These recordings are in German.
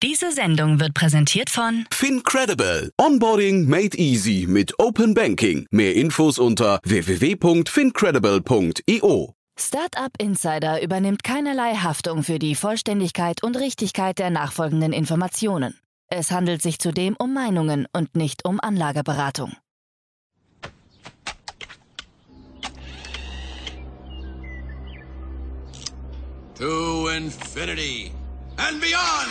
Diese Sendung wird präsentiert von FinCredible. Onboarding made easy mit Open Banking. Mehr Infos unter www.fincredible.io. Startup Insider übernimmt keinerlei Haftung für die Vollständigkeit und Richtigkeit der nachfolgenden Informationen. Es handelt sich zudem um Meinungen und nicht um Anlageberatung. To infinity and beyond!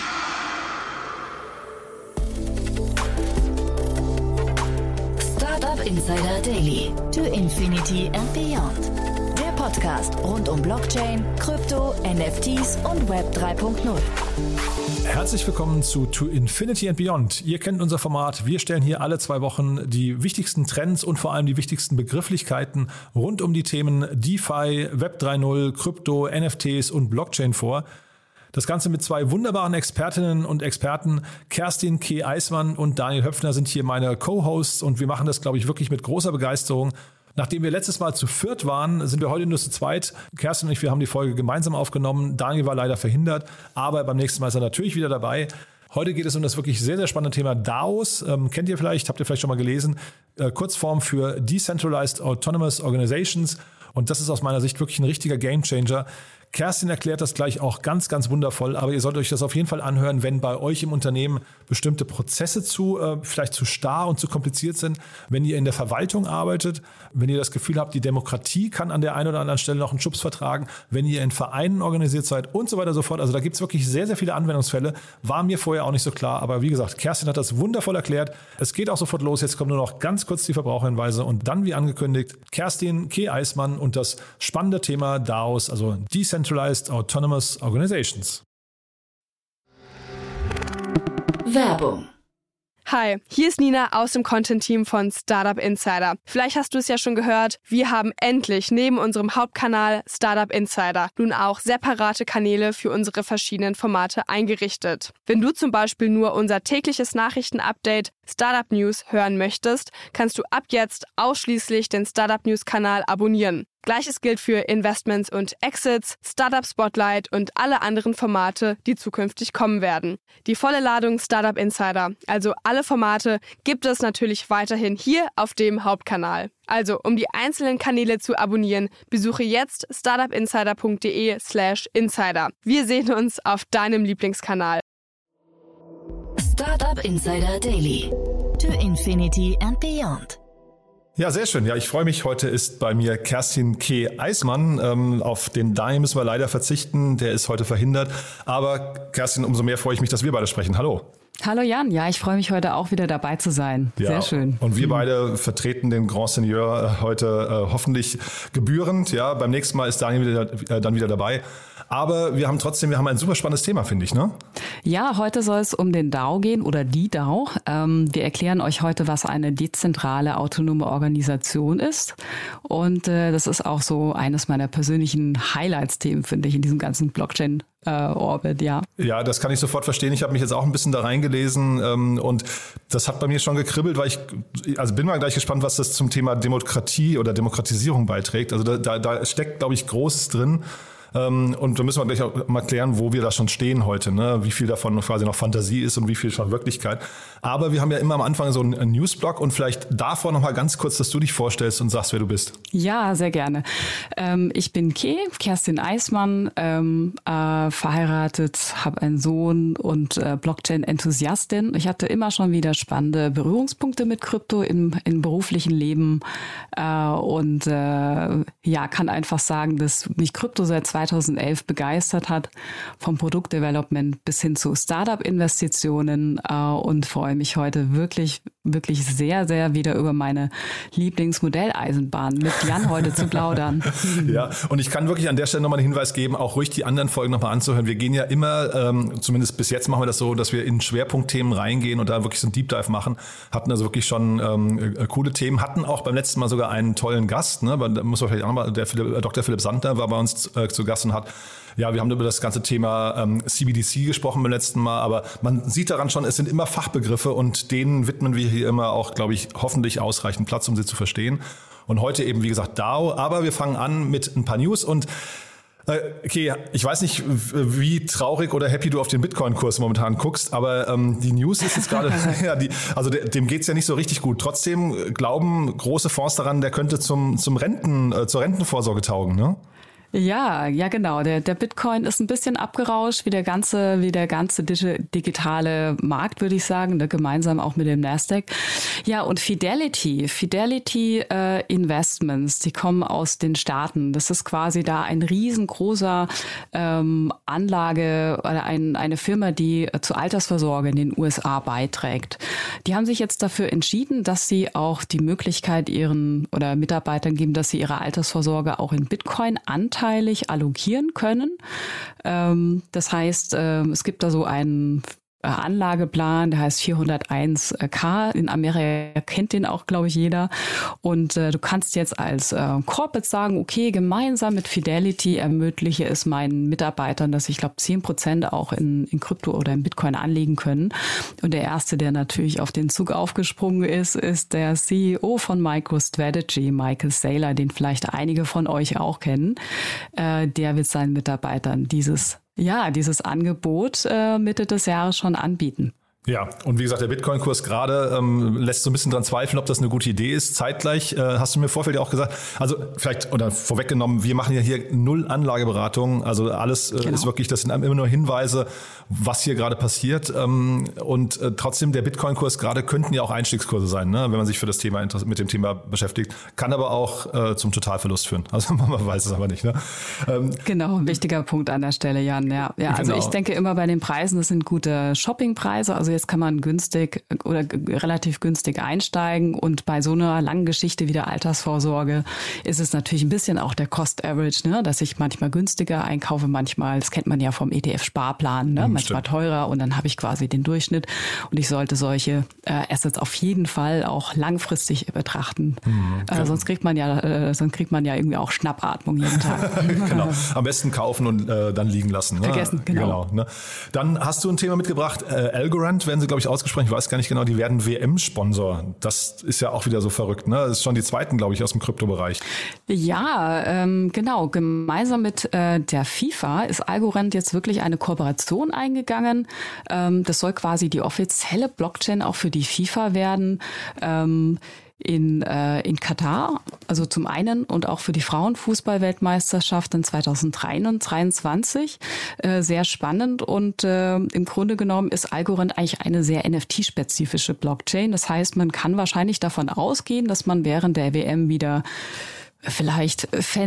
Startup Insider Daily. To Infinity and Beyond. Der Podcast rund um Blockchain, Krypto, NFTs und Web 3.0. Herzlich willkommen zu To Infinity and Beyond. Ihr kennt unser Format. Wir stellen hier alle 2 Wochen die wichtigsten Trends und vor allem die wichtigsten Begrifflichkeiten rund um die Themen DeFi, Web 3.0, Krypto, NFTs und Blockchain vor. Das Ganze mit 2 wunderbaren Expertinnen und Experten. Kerstin K. Eismann und Daniel Höpfner sind hier meine Co-Hosts und wir machen das, glaube ich, wirklich mit großer Begeisterung. Nachdem wir letztes Mal zu 4 waren, sind wir heute nur zu 2. Kerstin und ich, wir haben die Folge gemeinsam aufgenommen. Daniel war leider verhindert, aber beim nächsten Mal ist er natürlich wieder dabei. Heute geht es um das wirklich sehr, sehr spannende Thema DAOs. Kennt ihr vielleicht, habt ihr vielleicht schon mal gelesen. Kurzform für Decentralized Autonomous Organizations. Und das ist aus meiner Sicht wirklich ein richtiger Gamechanger. Kerstin erklärt das gleich auch ganz, ganz wundervoll, aber ihr solltet euch das auf jeden Fall anhören, wenn bei euch im Unternehmen bestimmte Prozesse vielleicht zu starr und zu kompliziert sind, wenn ihr in der Verwaltung arbeitet, wenn ihr das Gefühl habt, die Demokratie kann an der einen oder anderen Stelle noch einen Schubs vertragen, wenn ihr in Vereinen organisiert seid und so weiter und so fort. Also da gibt es wirklich sehr, sehr viele Anwendungsfälle. War mir vorher auch nicht so klar, aber wie gesagt, Kerstin hat das wundervoll erklärt. Es geht auch sofort los. Jetzt kommen nur noch ganz kurz die Verbraucherhinweise und dann, wie angekündigt, Kerstin K. Eismann und das spannende Thema DAOs, also Decentralized Autonomous Organizations. Werbung. Hi, hier ist Nina aus dem Content-Team von Startup Insider. Vielleicht hast du es ja schon gehört, wir haben endlich neben unserem Hauptkanal Startup Insider nun auch separate Kanäle für unsere verschiedenen Formate eingerichtet. Wenn du zum Beispiel nur unser tägliches Nachrichtenupdate Startup News hören möchtest, kannst du ab jetzt ausschließlich den Startup News-Kanal abonnieren. Gleiches gilt für Investments und Exits, Startup Spotlight und alle anderen Formate, die zukünftig kommen werden. Die volle Ladung Startup Insider, also alle Formate, gibt es natürlich weiterhin hier auf dem Hauptkanal. Also, um die einzelnen Kanäle zu abonnieren, besuche jetzt startupinsider.de/insider. Wir sehen uns auf deinem Lieblingskanal. Startup Insider Daily. To Infinity and Beyond. Ja, sehr schön. Ja, ich freue mich. Heute ist bei mir Kerstin K. Eismann. Auf den Daniel müssen wir leider verzichten. Der ist heute verhindert. Aber Kerstin, umso mehr freue ich mich, dass wir beide sprechen. Hallo. Hallo Jan, ja, ich freue mich heute auch wieder dabei zu sein. Ja, sehr schön. Und wir beide vertreten den Grand Seigneur heute hoffentlich gebührend. Ja, beim nächsten Mal ist Daniel dann wieder dabei. Aber wir haben ein super spannendes Thema, finde ich, ne? Ja, heute soll es um den DAO gehen oder die DAO. Wir erklären euch heute, was eine dezentrale autonome Organisation ist. Und das ist auch so eines meiner persönlichen Highlights-Themen, finde ich, in diesem ganzen Blockchain-Orbit, ja. Ja, das kann ich sofort verstehen. Ich habe mich jetzt auch ein bisschen da reingelesen und das hat bei mir schon gekribbelt, weil ich bin mal gleich gespannt, was das zum Thema Demokratie oder Demokratisierung beiträgt. Also da steckt, glaube ich, Großes drin. Und da müssen wir gleich auch mal klären, wo wir da schon stehen heute, ne? Wie viel davon quasi noch Fantasie ist und wie viel schon Wirklichkeit. Aber wir haben ja immer am Anfang so einen Newsblog und vielleicht davor noch mal ganz kurz, dass du dich vorstellst und sagst, wer du bist. Ja, sehr gerne. Ich bin Kerstin Eismann, verheiratet, habe einen Sohn und Blockchain-Enthusiastin. Ich hatte immer schon wieder spannende Berührungspunkte mit Krypto im beruflichen Leben und kann einfach sagen, dass mich Krypto seit 2011 begeistert hat, vom Produktdevelopment bis hin zu Startup-Investitionen und freue mich heute wirklich, wirklich sehr, sehr wieder über meine Lieblingsmodelleisenbahn mit Jan heute zu plaudern. Ja, und ich kann wirklich an der Stelle nochmal einen Hinweis geben, auch ruhig die anderen Folgen nochmal anzuhören. Wir gehen ja immer, zumindest bis jetzt machen wir das so, dass wir in Schwerpunktthemen reingehen und da wirklich so einen Deep Dive machen. Hatten also wirklich schon coole Themen, hatten auch beim letzten Mal sogar einen tollen Gast, ne? Da muss man vielleicht auch mal, der Dr. Philipp Sandner war bei uns zu Gast und hat, ja, wir haben über das ganze Thema CBDC gesprochen beim letzten Mal, aber man sieht daran schon, es sind immer Fachbegriffe und denen widmen wir hier immer auch, glaube ich, hoffentlich ausreichend Platz, um sie zu verstehen. Und heute eben, wie gesagt, DAO, aber wir fangen an mit ein paar News und Okay, ich weiß nicht, wie traurig oder happy du auf den Bitcoin-Kurs momentan guckst, aber die News ist jetzt gerade, dem geht's ja nicht so richtig gut. Trotzdem glauben große Fonds daran, der könnte zur Rentenvorsorge taugen, ne? Ja, genau. Der Bitcoin ist ein bisschen abgerauscht, wie der ganze digitale Markt, würde ich sagen, gemeinsam auch mit dem Nasdaq. Ja, und Fidelity Investments, die kommen aus den Staaten. Das ist quasi da ein riesengroßer Anlage oder eine Firma, die zur Altersvorsorge in den USA beiträgt. Die haben sich jetzt dafür entschieden, dass sie auch die Möglichkeit ihren oder Mitarbeitern geben, dass sie ihre Altersvorsorge auch in Bitcoin anteilig allokieren können. Das heißt, es gibt da so einen Anlageplan, der heißt 401k. In Amerika kennt den auch, glaube ich, jeder. Und du kannst jetzt als Corporate sagen, okay, gemeinsam mit Fidelity ermögliche es meinen Mitarbeitern, dass ich glaube 10% auch in Krypto oder in Bitcoin anlegen können. Und der erste, der natürlich auf den Zug aufgesprungen ist der CEO von MicroStrategy, Michael Saylor, den vielleicht einige von euch auch kennen. Der wird seinen Mitarbeitern dieses Angebot Mitte des Jahres schon anbieten. Ja, und wie gesagt, der Bitcoin-Kurs gerade lässt so ein bisschen dran zweifeln, ob das eine gute Idee ist. Zeitgleich hast du mir im Vorfeld ja auch gesagt, also vielleicht oder vorweggenommen, wir machen ja hier null Anlageberatung, also alles ist wirklich, das sind immer nur Hinweise, was hier gerade passiert und trotzdem der Bitcoin-Kurs gerade könnten ja auch Einstiegskurse sein, ne, wenn man sich für das Thema mit dem Thema beschäftigt, kann aber auch zum Totalverlust führen, also man weiß es aber nicht. Ne? Genau, ein wichtiger Punkt an der Stelle, Jan. Ja, also genau. Ich denke immer bei den Preisen, das sind gute Shoppingpreise, also jetzt kann man günstig oder relativ günstig einsteigen und bei so einer langen Geschichte wie der Altersvorsorge ist es natürlich ein bisschen auch der Cost Average, ne? Dass ich manchmal günstiger einkaufe, manchmal, das kennt man ja vom ETF-Sparplan, ne? Manchmal teurer und dann habe ich quasi den Durchschnitt und ich sollte solche Assets auf jeden Fall auch langfristig betrachten. Sonst kriegt man ja irgendwie auch Schnappatmung jeden Tag. Genau, am besten kaufen und dann liegen lassen. Ne? Vergessen, genau. Ne? Dann hast du ein Thema mitgebracht, Algorand werden sie, glaube ich, ausgesprochen. Ich weiß gar nicht genau, die werden WM-Sponsor. Das ist ja auch wieder so verrückt, ne? Das ist schon die zweiten, glaube ich, aus dem Kryptobereich. Ja, genau. Gemeinsam mit der FIFA ist Algorand jetzt wirklich eine Kooperation eingegangen. Das soll quasi die offizielle Blockchain auch für die FIFA werden. In Katar, also zum einen und auch für die Frauenfußball-Weltmeisterschaft in 2023. Sehr spannend und im Grunde genommen ist Algorand eigentlich eine sehr NFT-spezifische Blockchain. Das heißt, man kann wahrscheinlich davon ausgehen, dass man während der WM wieder vielleicht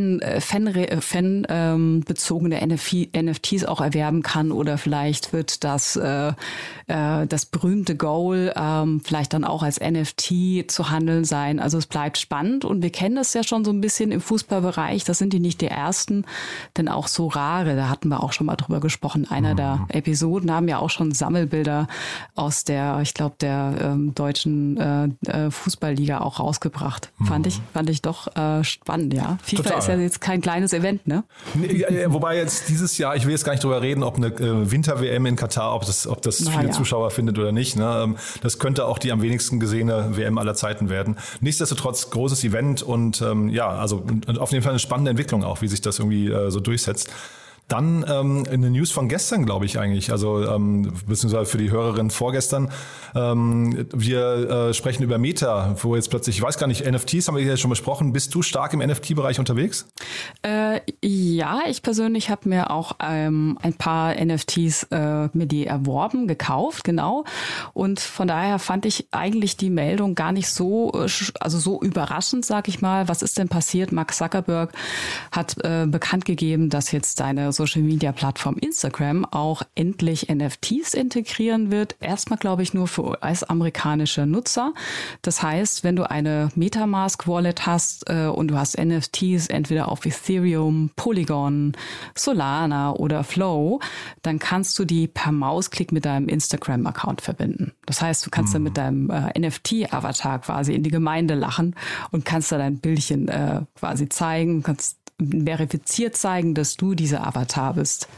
fanbezogene NFTs auch erwerben kann oder vielleicht wird das berühmte Goal vielleicht dann auch als NFT zu handeln sein. Also es bleibt spannend und wir kennen das ja schon so ein bisschen im Fußballbereich. Das sind die nicht die ersten, denn auch so Rare, da hatten wir auch schon mal drüber gesprochen. Einer der Episoden haben ja auch schon Sammelbilder aus der, ich glaube, der deutschen Fußballliga auch rausgebracht. Fand ich doch spannend, ja. FIFA Total. Ist ja jetzt kein kleines Event, ne? Wobei jetzt dieses Jahr, ich will jetzt gar nicht drüber reden, ob eine Winter-WM in Katar, ob das viele Zuschauer findet oder nicht. Ne? Das könnte auch die am wenigsten gesehene WM aller Zeiten werden. Nichtsdestotrotz großes Event und also auf jeden Fall eine spannende Entwicklung auch, wie sich das irgendwie so durchsetzt. Dann eine News von gestern, glaube ich eigentlich, also beziehungsweise für die Hörerin vorgestern. Wir sprechen über Meta, wo jetzt plötzlich, ich weiß gar nicht, NFTs haben wir hier schon besprochen. Bist du stark im NFT-Bereich unterwegs? Ja, ich persönlich habe mir auch ein paar NFTs mir die erworben, gekauft, genau. Und von daher fand ich eigentlich die Meldung gar nicht so überraschend, sag ich mal. Was ist denn passiert? Mark Zuckerberg hat bekannt gegeben, dass jetzt seine Social-Media-Plattform Instagram auch endlich NFTs integrieren wird. Erstmal, glaube ich, nur für US-amerikanische Nutzer. Das heißt, wenn du eine MetaMask-Wallet hast und du hast NFTs entweder auf Ethereum, Polygon, Solana oder Flow, dann kannst du die per Mausklick mit deinem Instagram-Account verbinden. Das heißt, du kannst dann mit deinem NFT-Avatar quasi in die Gemeinde lachen und kannst da dein Bildchen quasi zeigen, kannst verifiziert zeigen, dass du dieser Avatar bist.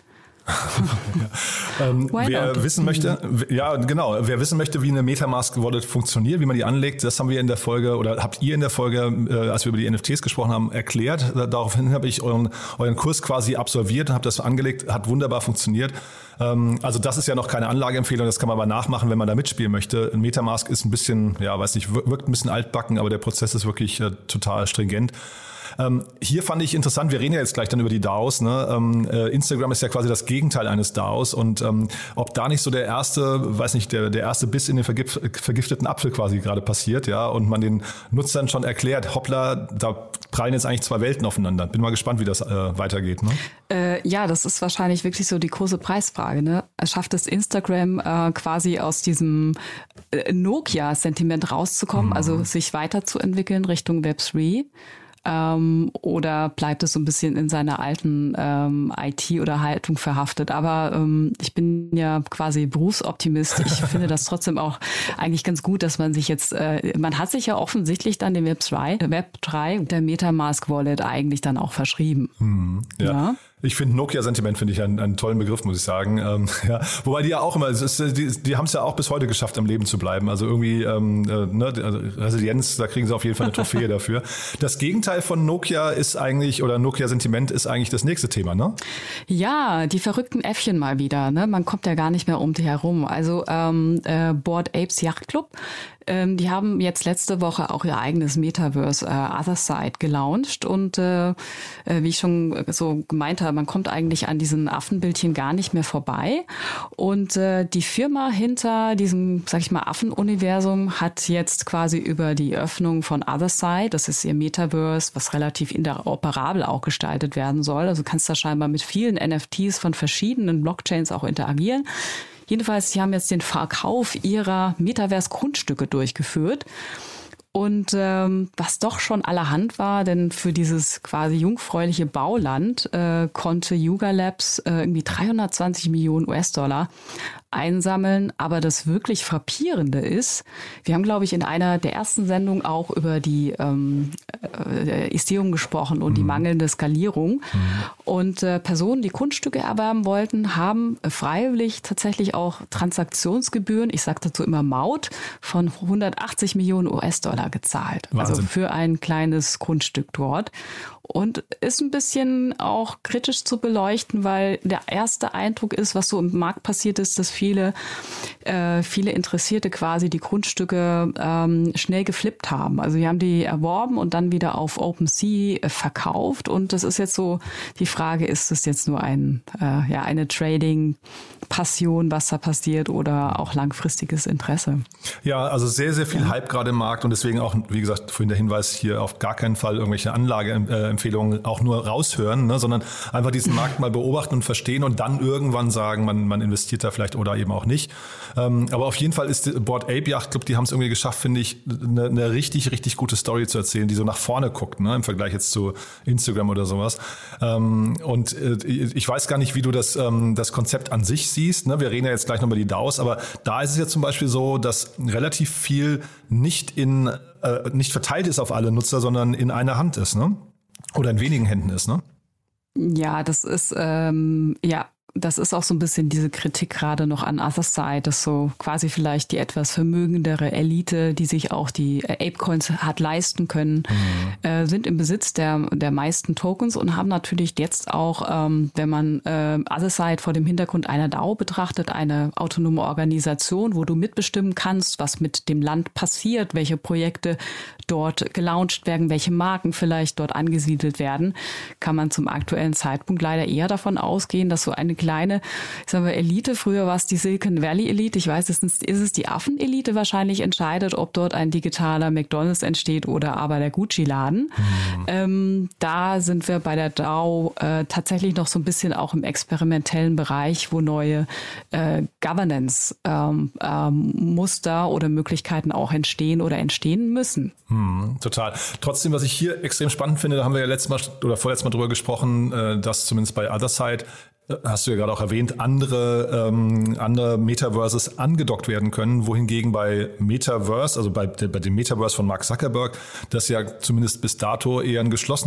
Wer wissen möchte, wer wissen möchte, wie eine Metamask Wallet funktioniert, wie man die anlegt, das haben wir in der Folge oder habt ihr in der Folge, als wir über die NFTs gesprochen haben, erklärt. Daraufhin habe ich euren Kurs quasi absolviert und habe das angelegt, hat wunderbar funktioniert. Also das ist ja noch keine Anlageempfehlung, das kann man aber nachmachen, wenn man da mitspielen möchte. Ein Metamask ist ein bisschen, wirkt ein bisschen altbacken, aber der Prozess ist wirklich total stringent. Hier fand ich interessant, wir reden ja jetzt gleich dann über die DAOs, ne? Instagram ist ja quasi das Gegenteil eines DAOs und ob da nicht so der erste Biss in den vergifteten Apfel quasi gerade passiert, ja, und man den Nutzern schon erklärt, hoppla, da prallen jetzt eigentlich zwei Welten aufeinander. Bin mal gespannt, wie das weitergeht, ne? Ja, das ist wahrscheinlich wirklich so die große Preisfrage, ne? Schafft es Instagram quasi aus diesem Nokia-Sentiment rauszukommen, also sich weiterzuentwickeln Richtung Web3? Oder bleibt es so ein bisschen in seiner alten IT oder Haltung verhaftet? Aber ich bin ja quasi Berufsoptimist. Ich finde das trotzdem auch eigentlich ganz gut, dass man sich jetzt, man hat sich ja offensichtlich dann dem Web3 der Metamask Wallet eigentlich dann auch verschrieben. Ja. Ich finde Nokia-Sentiment finde ich einen tollen Begriff, muss ich sagen. Ja. Wobei die ja auch immer, die haben es ja auch bis heute geschafft, am Leben zu bleiben. Also irgendwie Resilienz, da kriegen sie auf jeden Fall eine Trophäe dafür. Das Gegenteil von Nokia ist eigentlich, oder Nokia-Sentiment ist eigentlich das nächste Thema, ne? Ja, die verrückten Äffchen mal wieder, ne? Man kommt ja gar nicht mehr um die herum. Also Bored Apes Yacht Club, die haben jetzt letzte Woche auch ihr eigenes Metaverse Otherside gelauncht und wie ich schon so gemeint habe, man kommt eigentlich an diesen Affenbildchen gar nicht mehr vorbei und die Firma hinter diesem, sag ich mal, Affenuniversum hat jetzt quasi über die Öffnung von Otherside, das ist ihr Metaverse, was relativ interoperabel auch gestaltet werden soll, also kannst da scheinbar mit vielen NFTs von verschiedenen Blockchains auch interagieren. Jedenfalls, sie haben jetzt den Verkauf ihrer Metaverse-Grundstücke durchgeführt. Und was doch schon allerhand war, denn für dieses quasi jungfräuliche Bauland konnte Yuga Labs irgendwie 320 Millionen US-Dollar einsammeln. Aber das wirklich Frappierende ist, wir haben, glaube ich, in einer der ersten Sendungen auch über die Ethereum gesprochen und die mangelnde Skalierung. Und Personen, die Grundstücke erwerben wollten, haben freiwillig tatsächlich auch Transaktionsgebühren, ich sage dazu immer Maut, von 180 Millionen US-Dollar gezahlt. Wahnsinn. Also für ein kleines Grundstück dort. Und ist ein bisschen auch kritisch zu beleuchten, weil der erste Eindruck ist, was so im Markt passiert ist, dass viele Interessierte quasi die Grundstücke schnell geflippt haben. Also wir haben die erworben und dann wieder auf OpenSea verkauft. Und das ist jetzt so die Frage, ist das jetzt nur eine Trading-Passion, was da passiert, oder auch langfristiges Interesse? Ja, also sehr, sehr viel Hype gerade im Markt und deswegen auch, wie gesagt, vorhin der Hinweis, hier auf gar keinen Fall irgendwelche Anlageempfehlungen auch nur raushören, ne, sondern einfach diesen Markt mal beobachten und verstehen und dann irgendwann sagen, man investiert da vielleicht oder eben auch nicht. Aber auf jeden Fall ist Bored Ape Yacht Club, die haben es irgendwie geschafft, finde ich, eine richtig, richtig gute Story zu erzählen, die so nach vorne guckt, ne, im Vergleich jetzt zu Instagram oder sowas. Und ich weiß gar nicht, wie du das Konzept an sich siehst, ne? Wir reden ja jetzt gleich noch über die DAOs, aber da ist es ja zum Beispiel so, dass relativ viel nicht verteilt ist auf alle Nutzer, sondern in einer Hand ist, ne? Oder in wenigen Händen ist, ne? Ja, das ist das ist auch so ein bisschen diese Kritik gerade noch an Otherside, dass so quasi vielleicht die etwas vermögendere Elite, die sich auch die Apecoins hat leisten können, sind im Besitz der meisten Tokens und haben natürlich jetzt auch, wenn man Otherside vor dem Hintergrund einer DAO betrachtet, eine autonome Organisation, wo du mitbestimmen kannst, was mit dem Land passiert, welche Projekte dort gelauncht werden, welche Marken vielleicht dort angesiedelt werden, kann man zum aktuellen Zeitpunkt leider eher davon ausgehen, dass so eine kleine, Elite, früher war es die Silicon Valley Elite, ich weiß, ist es die Affenelite wahrscheinlich, entscheidet, ob dort ein digitaler McDonald's entsteht oder aber der Gucci-Laden. Da sind wir bei der DAO tatsächlich noch so ein bisschen auch im experimentellen Bereich, wo neue Governance-Muster oder Möglichkeiten auch entstehen oder entstehen müssen. Total. Trotzdem, was ich hier extrem spannend finde, da haben wir ja letztes Mal oder vorletztes Mal drüber gesprochen, dass zumindest bei Otherside, hast du ja gerade auch erwähnt, andere Metaverses angedockt werden können, wohingegen bei Metaverse, also bei dem Metaverse von Mark Zuckerberg, das ja zumindest bis dato eher ein geschlossenes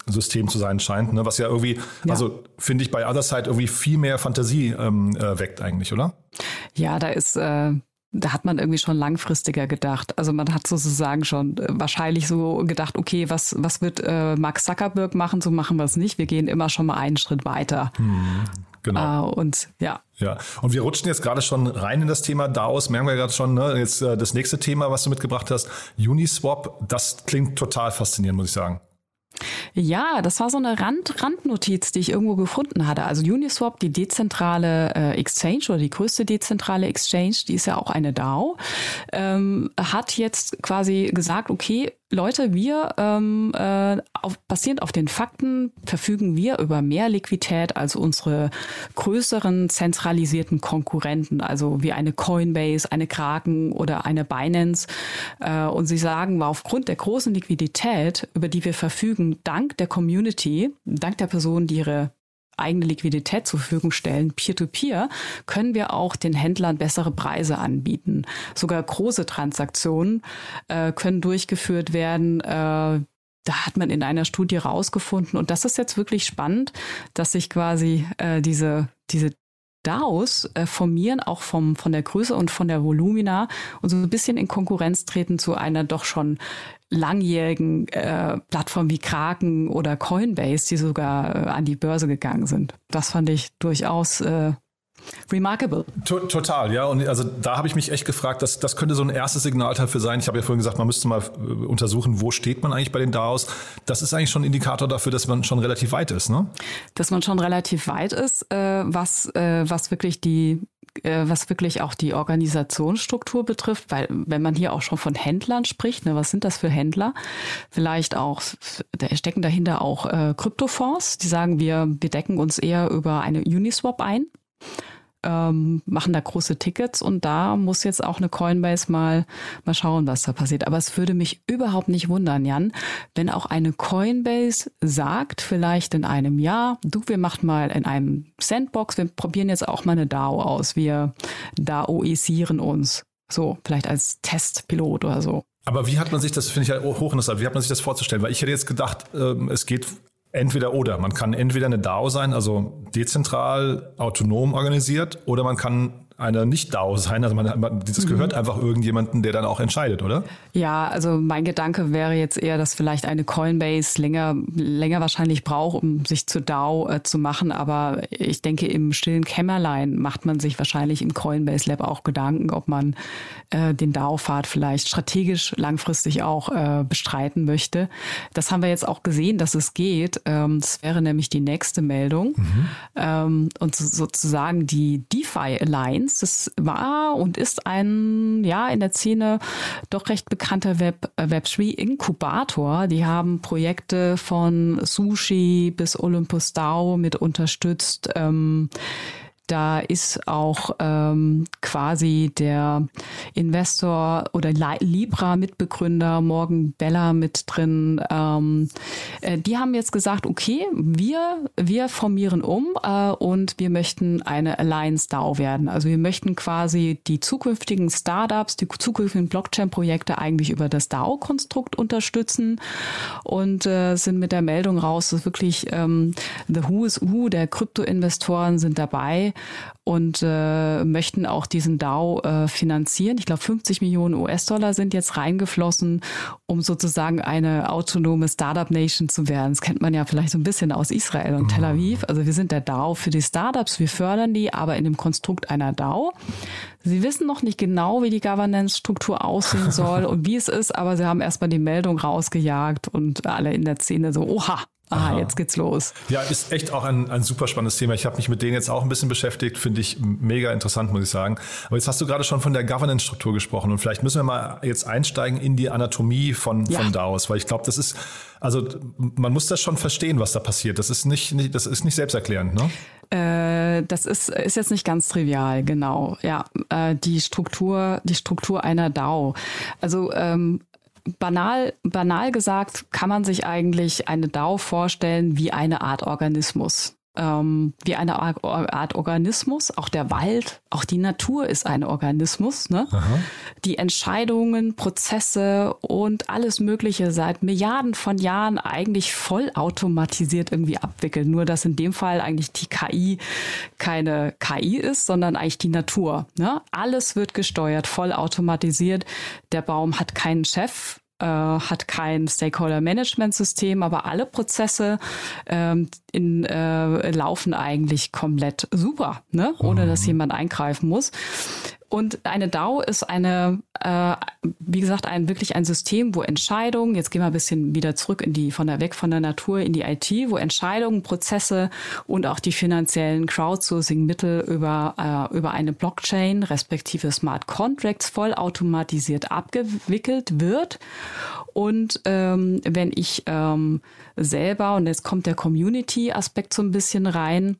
System zu sein scheint, ne? Was ja irgendwie, also finde ich bei Otherside irgendwie viel mehr Fantasie weckt eigentlich, oder? Ja, da hat man irgendwie schon langfristiger gedacht. Also man hat sozusagen schon wahrscheinlich so gedacht, okay, was wird Mark Zuckerberg machen, so machen wir es nicht. Wir gehen immer schon mal einen Schritt weiter. Genau. Und ja. Ja, und wir rutschen jetzt gerade schon rein in das Thema DAOs, merken wir gerade schon, ne? Jetzt das nächste Thema, was du mitgebracht hast, Uniswap, das klingt total faszinierend, muss ich sagen. Ja, das war so eine Randnotiz, die ich irgendwo gefunden hatte. Also Uniswap, die dezentrale Exchange oder die größte dezentrale Exchange, die ist ja auch eine DAO, hat jetzt quasi gesagt, okay, Leute, wir basierend auf den Fakten verfügen wir über mehr Liquidität als unsere größeren zentralisierten Konkurrenten, also wie eine Coinbase, eine Kraken oder eine Binance. Und sie sagen, aufgrund der großen Liquidität, über die wir verfügen, dank der Community, dank der Personen, die ihre eigene Liquidität zur Verfügung stellen, Peer-to-Peer, können wir auch den Händlern bessere Preise anbieten. Sogar große Transaktionen können durchgeführt werden. Da hat man in einer Studie rausgefunden, und das ist jetzt wirklich spannend, dass sich quasi diese DAOs formieren, auch von der Größe und von der Volumina, und so ein bisschen in Konkurrenz treten zu einer doch schon langjährigen Plattform wie Kraken oder Coinbase, die sogar an die Börse gegangen sind. Das fand ich durchaus remarkable. Total, ja. Und also da habe ich mich echt gefragt, das könnte so ein erstes Signal dafür sein. Ich habe ja vorhin gesagt, man müsste mal untersuchen, wo steht man eigentlich bei den DAOs. Das ist eigentlich schon ein Indikator dafür, dass man schon relativ weit ist, ne? Dass man schon relativ weit ist, was wirklich auch die Organisationsstruktur betrifft, weil wenn man hier auch schon von Händlern spricht, ne, was sind das für Händler? Vielleicht auch, da stecken dahinter auch Kryptofonds, die sagen, wir decken uns eher über eine Uniswap ein. Machen da große Tickets, und da muss jetzt auch eine Coinbase mal schauen, was da passiert. Aber es würde mich überhaupt nicht wundern, Jan, wenn auch eine Coinbase sagt, vielleicht in einem Jahr, wir machen mal in einem Sandbox, wir probieren jetzt auch mal eine DAO aus, wir DAOisieren uns. So, vielleicht als Testpilot oder so. Aber wie hat man sich das, finde ich ja hochinteressant, wie hat man sich das vorzustellen? Weil ich hätte jetzt gedacht, es geht entweder oder. Man kann entweder eine DAO sein, also dezentral, autonom organisiert, oder man kann eine Nicht-DAO sein. Also das gehört einfach irgendjemandem, der dann auch entscheidet, oder? Ja, also mein Gedanke wäre jetzt eher, dass vielleicht eine Coinbase länger wahrscheinlich braucht, um sich zur DAO zu machen. Aber ich denke, im stillen Kämmerlein macht man sich wahrscheinlich im Coinbase Lab auch Gedanken, ob man den DAO-Pfad vielleicht strategisch langfristig auch bestreiten möchte. Das haben wir jetzt auch gesehen, dass es geht. Das wäre nämlich die nächste Meldung. Und sozusagen die DeFi Alliance, das war und ist ein, in der Szene doch recht bekannter Web3-Inkubator. Die haben Projekte von Sushi bis Olympus DAO mit unterstützt. Da ist auch quasi der Investor oder Libra-Mitbegründer Morgan Bella mit drin. Die haben jetzt gesagt, okay, wir formieren und wir möchten eine Alliance DAO werden. Also wir möchten quasi die zukünftigen Startups, die zukünftigen Blockchain-Projekte eigentlich über das DAO-Konstrukt unterstützen, und sind mit der Meldung raus, dass wirklich the who is who der Krypto-Investoren sind dabei und möchten auch diesen DAO finanzieren. Ich glaube, 50 Millionen US-Dollar sind jetzt reingeflossen, um sozusagen eine autonome Startup-Nation zu werden. Das kennt man ja vielleicht so ein bisschen aus Israel und Tel Aviv. Also wir sind der DAO für die Startups, wir fördern die, aber in dem Konstrukt einer DAO. Sie wissen noch nicht genau, wie die Governance-Struktur aussehen soll und wie es ist, aber sie haben erstmal die Meldung rausgejagt und alle in der Szene so, oha. Jetzt geht's los. Ja, ist echt auch ein super spannendes Thema. Ich habe mich mit denen jetzt auch ein bisschen beschäftigt, finde ich mega interessant, muss ich sagen. Aber jetzt hast du gerade schon von der Governance-Struktur gesprochen, und vielleicht müssen wir mal jetzt einsteigen in die Anatomie von DAOs, weil ich glaube, man muss das schon verstehen, was da passiert. Das ist nicht selbsterklärend, ne? Das ist jetzt nicht ganz trivial, genau. Ja, die Struktur einer DAO. Also banal gesagt kann man sich eigentlich eine DAO vorstellen wie eine Art Organismus. wie eine Art Organismus. Auch der Wald, auch die Natur ist ein Organismus. Ne? Die Entscheidungen, Prozesse und alles Mögliche seit Milliarden von Jahren eigentlich vollautomatisiert irgendwie abwickeln. Nur, dass in dem Fall eigentlich die KI keine KI ist, sondern eigentlich die Natur. Ne? Alles wird gesteuert, vollautomatisiert. Der Baum hat keinen Chef, hat kein Stakeholder-Management-System, aber alle Prozesse laufen eigentlich komplett super, ne? Ohne dass jemand eingreifen muss. Und eine DAO ist wie gesagt, wirklich ein System, wo Entscheidungen, jetzt gehen wir ein bisschen wieder zurück weg von der Natur in die IT, wo Entscheidungen, Prozesse und auch die finanziellen Crowdsourcing-Mittel über eine Blockchain, respektive Smart Contracts, vollautomatisiert abgewickelt wird. Und wenn ich selber, und jetzt kommt der Community-Aspekt so ein bisschen rein,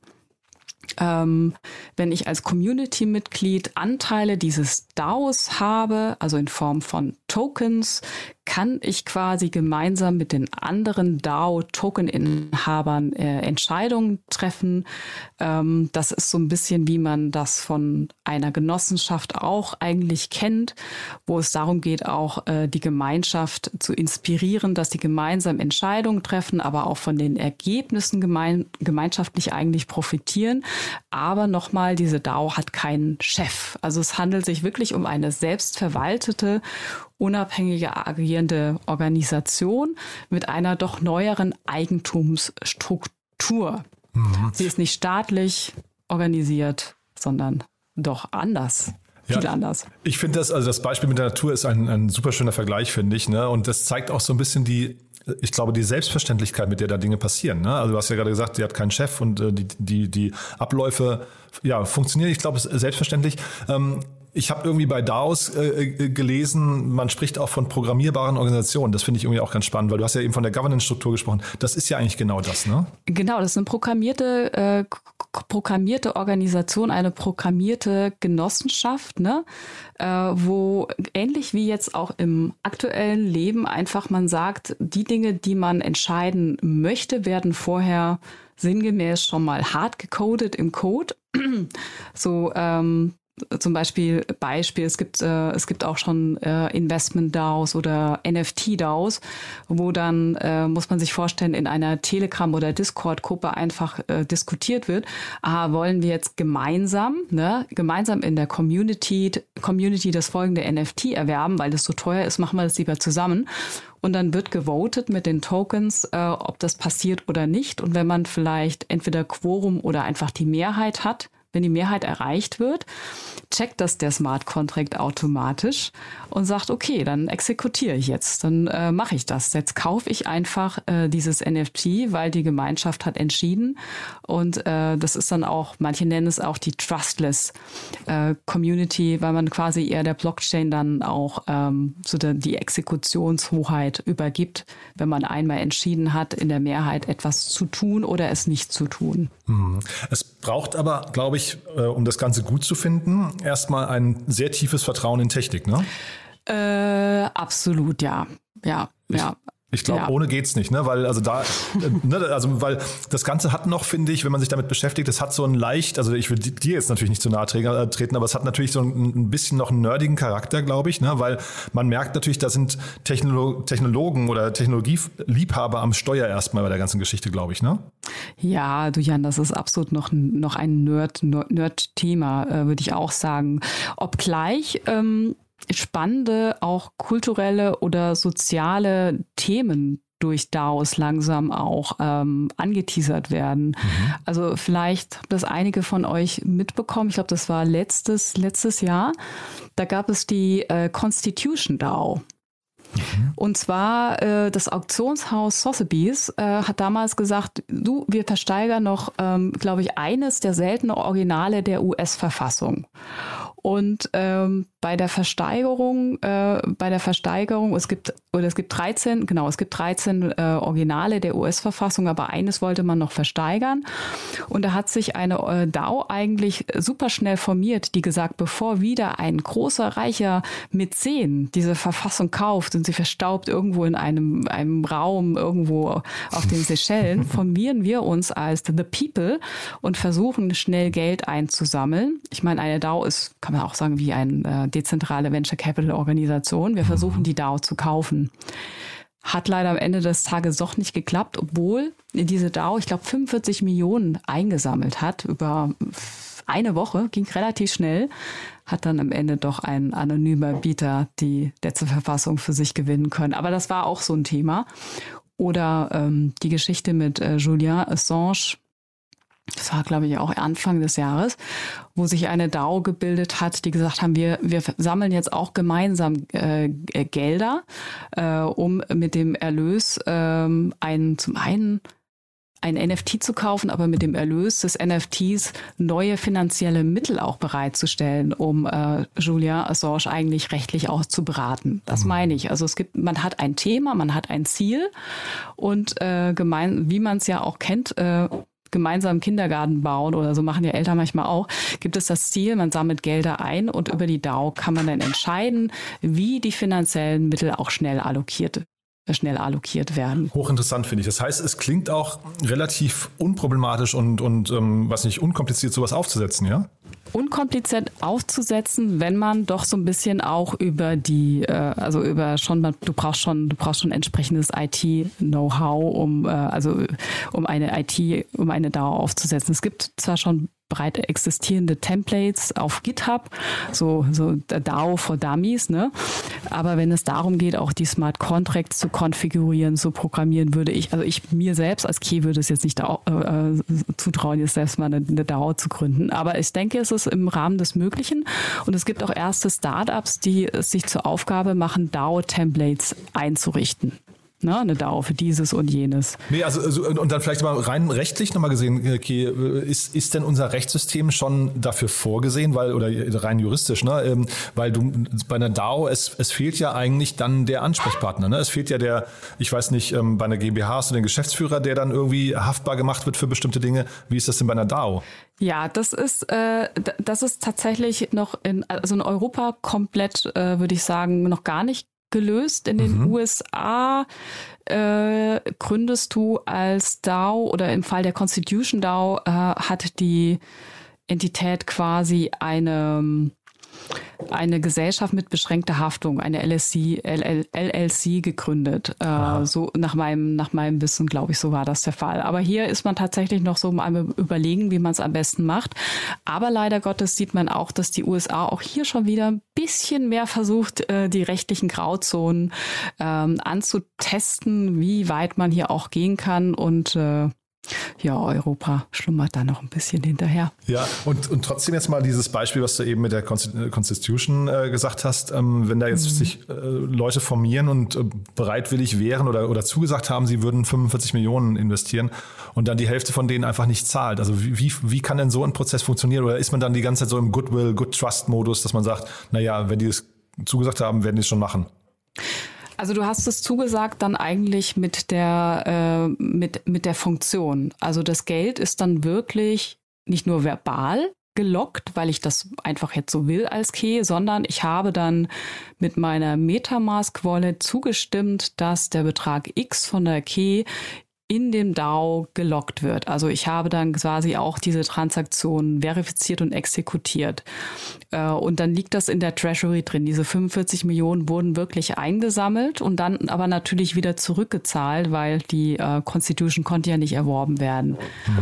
wenn ich als Community-Mitglied Anteile dieses DAOs habe, also in Form von Tokens, kann ich quasi gemeinsam mit den anderen DAO-Token-Inhabern Entscheidungen treffen. Das ist so ein bisschen, wie man das von einer Genossenschaft auch eigentlich kennt, wo es darum geht, auch die Gemeinschaft zu inspirieren, dass die gemeinsam Entscheidungen treffen, aber auch von den Ergebnissen gemeinschaftlich eigentlich profitieren. Aber nochmal, diese DAO hat keinen Chef. Also es handelt sich wirklich um eine selbstverwaltete, unabhängige agierende Organisation mit einer doch neueren Eigentumsstruktur. Sie ist nicht staatlich organisiert, sondern doch anders. Viel anders. Ich finde das Beispiel mit der Natur ist ein super schöner Vergleich, finde ich. Ne? Und das zeigt auch so ein bisschen die Selbstverständlichkeit, mit der da Dinge passieren. Ne? Also du hast ja gerade gesagt, sie hat keinen Chef und die Abläufe funktionieren. Ich glaube, es ist selbstverständlich. Ich habe irgendwie bei DAOs gelesen, man spricht auch von programmierbaren Organisationen. Das finde ich irgendwie auch ganz spannend, weil du hast ja eben von der Governance-Struktur gesprochen. Das ist ja eigentlich genau das, ne? Genau, das ist eine programmierte Organisation, eine programmierte Genossenschaft, ne? Wo ähnlich wie jetzt auch im aktuellen Leben einfach man sagt, die Dinge, die man entscheiden möchte, werden vorher sinngemäß schon mal hart gecodet im Code. So zum Beispiel, es gibt auch schon Investment-DAOs oder NFT-DAOs, wo dann, muss man sich vorstellen, in einer Telegram- oder Discord-Gruppe einfach diskutiert wird, wollen wir jetzt gemeinsam in der Community das folgende NFT erwerben, weil das so teuer ist, machen wir das lieber zusammen. Und dann wird gewotet mit den Tokens, ob das passiert oder nicht. Und wenn man vielleicht entweder Quorum oder einfach die Mehrheit hat, wenn die Mehrheit erreicht wird, checkt das der Smart Contract automatisch und sagt, okay, dann exekutiere ich jetzt, dann mache ich das. Jetzt kaufe ich einfach dieses NFT, weil die Gemeinschaft hat entschieden. Und das ist dann auch, manche nennen es auch die Trustless Community, weil man quasi eher der Blockchain dann auch die Exekutionshoheit übergibt, wenn man einmal entschieden hat, in der Mehrheit etwas zu tun oder es nicht zu tun. Es braucht aber, glaube ich, um das Ganze gut zu finden, erstmal ein sehr tiefes Vertrauen in Technik, ne? Absolut, ja. Ich glaube, ohne geht's nicht, ne? Weil weil das Ganze hat noch, finde ich, wenn man sich damit beschäftigt, es hat so ein leicht, also ich will dir jetzt natürlich nicht zu nahe treten, aber es hat natürlich so ein bisschen noch einen nerdigen Charakter, glaube ich, ne? Weil man merkt natürlich, da sind Technologen oder Technologieliebhaber am Steuer erstmal bei der ganzen Geschichte, glaube ich, ne? Ja, du Jan, das ist absolut noch ein Nerd-Thema, würde ich auch sagen. Obgleich spannende, auch kulturelle oder soziale Themen durch DAOs langsam auch angeteasert werden. Also vielleicht haben das einige von euch mitbekommen. Ich glaube, das war letztes Jahr. Da gab es die Constitution DAO. Und zwar das Auktionshaus Sotheby's hat damals gesagt, wir versteigern noch, glaube ich, eines der seltenen Originale der US-Verfassung. Und bei der Versteigerung, es gibt 13 Originale der US-Verfassung, aber eines wollte man noch versteigern. Und da hat sich eine DAO eigentlich super schnell formiert, die gesagt, bevor wieder ein großer, reicher Mäzen diese Verfassung kauft und sie verstaubt irgendwo in einem Raum irgendwo auf den Seychellen, formieren wir uns als The People und versuchen schnell Geld einzusammeln. Ich meine, eine DAO ist, kann man auch sagen, wie eine dezentrale Venture Capital Organisation. Wir versuchen, die DAO zu kaufen. Hat leider am Ende des Tages doch nicht geklappt, obwohl diese DAO, ich glaube, 45 Millionen eingesammelt hat über eine Woche, ging relativ schnell, hat dann am Ende doch ein anonymer Bieter die letzte Verfassung für sich gewinnen können. Aber das war auch so ein Thema. Oder die Geschichte mit Julian Assange, das war, glaube ich, auch Anfang des Jahres, wo sich eine DAO gebildet hat, die gesagt haben, wir sammeln jetzt auch gemeinsam Gelder, um mit dem Erlös zum einen ein NFT zu kaufen, aber mit dem Erlös des NFTs neue finanzielle Mittel auch bereitzustellen, um Julian Assange eigentlich rechtlich auch zu beraten. Das meine ich. Also man hat ein Thema, man hat ein Ziel und wie man es ja auch kennt, gemeinsam Kindergarten bauen oder so machen ja Eltern manchmal auch, gibt es das Ziel, man sammelt Gelder ein und über die DAO kann man dann entscheiden, wie die finanziellen Mittel auch schnell allokiert werden. Hochinteressant, finde ich. Das heißt, es klingt auch relativ unproblematisch und unkompliziert, sowas aufzusetzen, ja? Unkompliziert aufzusetzen, wenn man doch so ein bisschen auch über du brauchst schon entsprechendes IT-Know-how, um eine DAO aufzusetzen. Es gibt zwar schon breit existierende Templates auf GitHub, so DAO for Dummies, ne? Aber wenn es darum geht, auch die Smart Contracts zu konfigurieren, zu programmieren, ich mir selbst als Key würde es jetzt nicht zutrauen, jetzt selbst mal eine DAO zu gründen. Aber ich denke, es ist im Rahmen des Möglichen und es gibt auch erste Startups, die es sich zur Aufgabe machen, DAO-Templates einzurichten. Ne, eine DAO für dieses und jenes. Nee, also und dann vielleicht mal rein rechtlich nochmal gesehen, okay, ist denn unser Rechtssystem schon dafür vorgesehen, oder rein juristisch, ne? Weil bei einer DAO, es fehlt ja eigentlich dann der Ansprechpartner, ne? Es fehlt ja bei einer GmbH hast du den Geschäftsführer, der dann irgendwie haftbar gemacht wird für bestimmte Dinge. Wie ist das denn bei einer DAO? Ja, das ist tatsächlich noch in Europa komplett, würde ich sagen, noch gar nicht gelöst. In den USA gründest du als DAO oder im Fall der Constitution DAO hat die Entität quasi eine Gesellschaft mit beschränkter Haftung, eine LLC gegründet. So nach meinem Wissen, glaube ich, so war das der Fall. Aber hier ist man tatsächlich noch so am Überlegen, wie man es am besten macht. Aber leider Gottes sieht man auch, dass die USA auch hier schon wieder ein bisschen mehr versucht, die rechtlichen Grauzonen anzutesten, wie weit man hier auch gehen kann und Europa schlummert da noch ein bisschen hinterher. Ja, und trotzdem jetzt mal dieses Beispiel, was du eben mit der Constitution gesagt hast, wenn da jetzt sich Leute formieren und bereitwillig wären oder zugesagt haben, sie würden 45 Millionen investieren und dann die Hälfte von denen einfach nicht zahlt. Also wie kann denn so ein Prozess funktionieren? Oder ist man dann die ganze Zeit so im Goodwill, Good Trust-Modus, dass man sagt, naja, wenn die es zugesagt haben, werden die es schon machen? Also du hast es zugesagt dann eigentlich mit der Funktion. Also das Geld ist dann wirklich nicht nur verbal gelockt, weil ich das einfach jetzt so will als Key, sondern ich habe dann mit meiner MetaMask-Wallet zugestimmt, dass der Betrag X von der Key in dem DAO gelockt wird. Also ich habe dann quasi auch diese Transaktion verifiziert und exekutiert. Und dann liegt das in der Treasury drin. Diese 45 Millionen wurden wirklich eingesammelt und dann aber natürlich wieder zurückgezahlt, weil die Constitution konnte ja nicht erworben werden.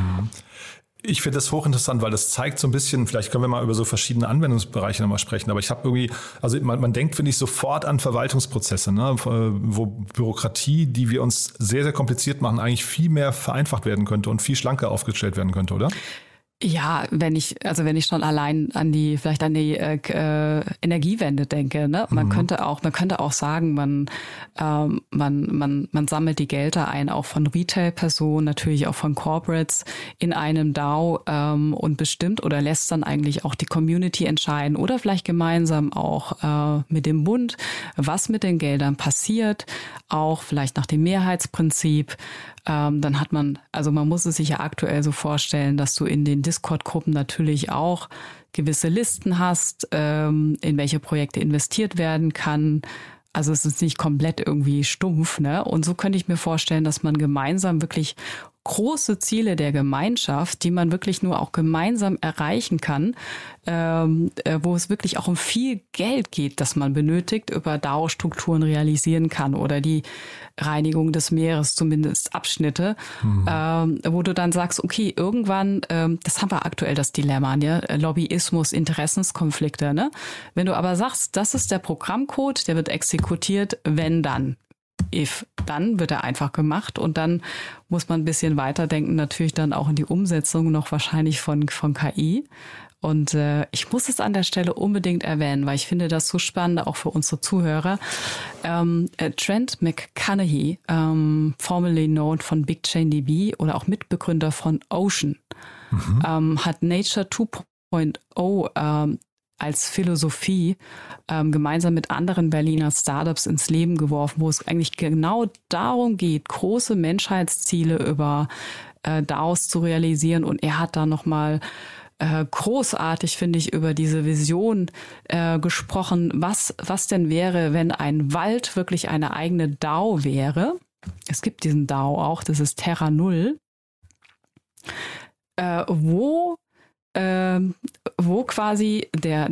Ich finde das hochinteressant, weil das zeigt so ein bisschen, vielleicht können wir mal über so verschiedene Anwendungsbereiche nochmal sprechen, aber ich habe irgendwie, also man denkt, finde ich, sofort an Verwaltungsprozesse, ne, wo Bürokratie, die wir uns sehr, sehr kompliziert machen, eigentlich viel mehr vereinfacht werden könnte und viel schlanker aufgestellt werden könnte, oder? Ja, wenn ich schon allein an die Energiewende denke, ne? Man könnte auch sagen, man sammelt die Gelder ein, auch von Retail-Personen, natürlich auch von Corporates in einem DAO und bestimmt oder lässt dann eigentlich auch die Community entscheiden oder vielleicht gemeinsam auch mit dem Bund, was mit den Geldern passiert, auch vielleicht nach dem Mehrheitsprinzip. Dann hat man muss es sich ja aktuell so vorstellen, dass du in den Discord-Gruppen natürlich auch gewisse Listen hast, in welche Projekte investiert werden kann. Also es ist nicht komplett irgendwie stumpf, ne? Und so könnte ich mir vorstellen, dass man gemeinsam wirklich große Ziele der Gemeinschaft, die man wirklich nur auch gemeinsam erreichen kann, wo es wirklich auch um viel Geld geht, das man benötigt, über DAO-Strukturen realisieren kann oder die Reinigung des Meeres, zumindest Abschnitte, wo du dann sagst, okay, irgendwann, das haben wir aktuell das Dilemma, ne? Lobbyismus, Interessenskonflikte, ne? Wenn du aber sagst, das ist der Programmcode, der wird exekutiert, wenn dann. Dann wird er einfach gemacht und dann muss man ein bisschen weiterdenken, natürlich dann auch in die Umsetzung noch wahrscheinlich von KI. Und ich muss es an der Stelle unbedingt erwähnen, weil ich finde das so spannend, auch für unsere Zuhörer. Trent McConaughey, formerly known von BigChainDB oder auch Mitbegründer von Ocean, hat Nature 2.0 als Philosophie gemeinsam mit anderen Berliner Startups ins Leben geworfen, wo es eigentlich genau darum geht, große Menschheitsziele über DAOs zu realisieren. Und er hat da nochmal großartig, finde ich, über diese Vision gesprochen, was denn wäre, wenn ein Wald wirklich eine eigene DAO wäre. Es gibt diesen DAO auch, das ist Terra Null, wo quasi der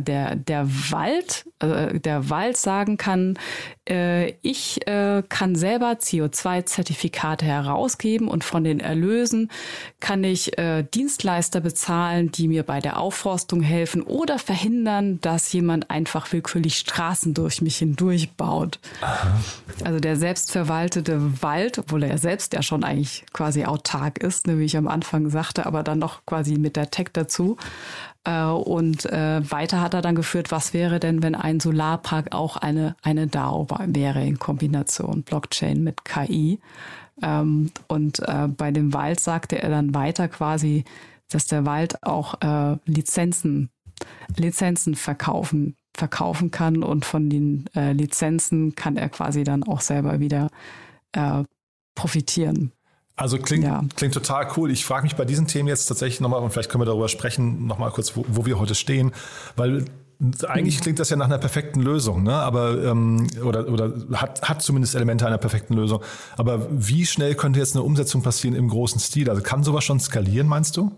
Wald sagen kann, ich kann selber CO2-Zertifikate herausgeben und von den Erlösen kann ich Dienstleister bezahlen, die mir bei der Aufforstung helfen oder verhindern, dass jemand einfach willkürlich Straßen durch mich hindurch baut. Aha. Also der selbstverwaltete Wald, obwohl er selbst ja schon eigentlich quasi autark ist, ne, wie ich am Anfang sagte, aber dann noch quasi mit der Tech dazu. Und weiter hat er dann geführt, was wäre denn, wenn ein Solarpark auch eine DAO wäre in Kombination Blockchain mit KI. Und bei dem Wald sagte er dann weiter quasi, dass der Wald auch Lizenzen verkaufen kann und von den Lizenzen kann er quasi dann auch selber wieder profitieren. Also klingt total cool. Ich frage mich bei diesen Themen jetzt tatsächlich nochmal, und vielleicht können wir darüber sprechen, nochmal kurz, wo wir heute stehen, weil eigentlich klingt das ja nach einer perfekten Lösung, ne? Aber oder hat zumindest Elemente einer perfekten Lösung. Aber wie schnell könnte jetzt eine Umsetzung passieren im großen Stil? Also kann sowas schon skalieren, meinst du?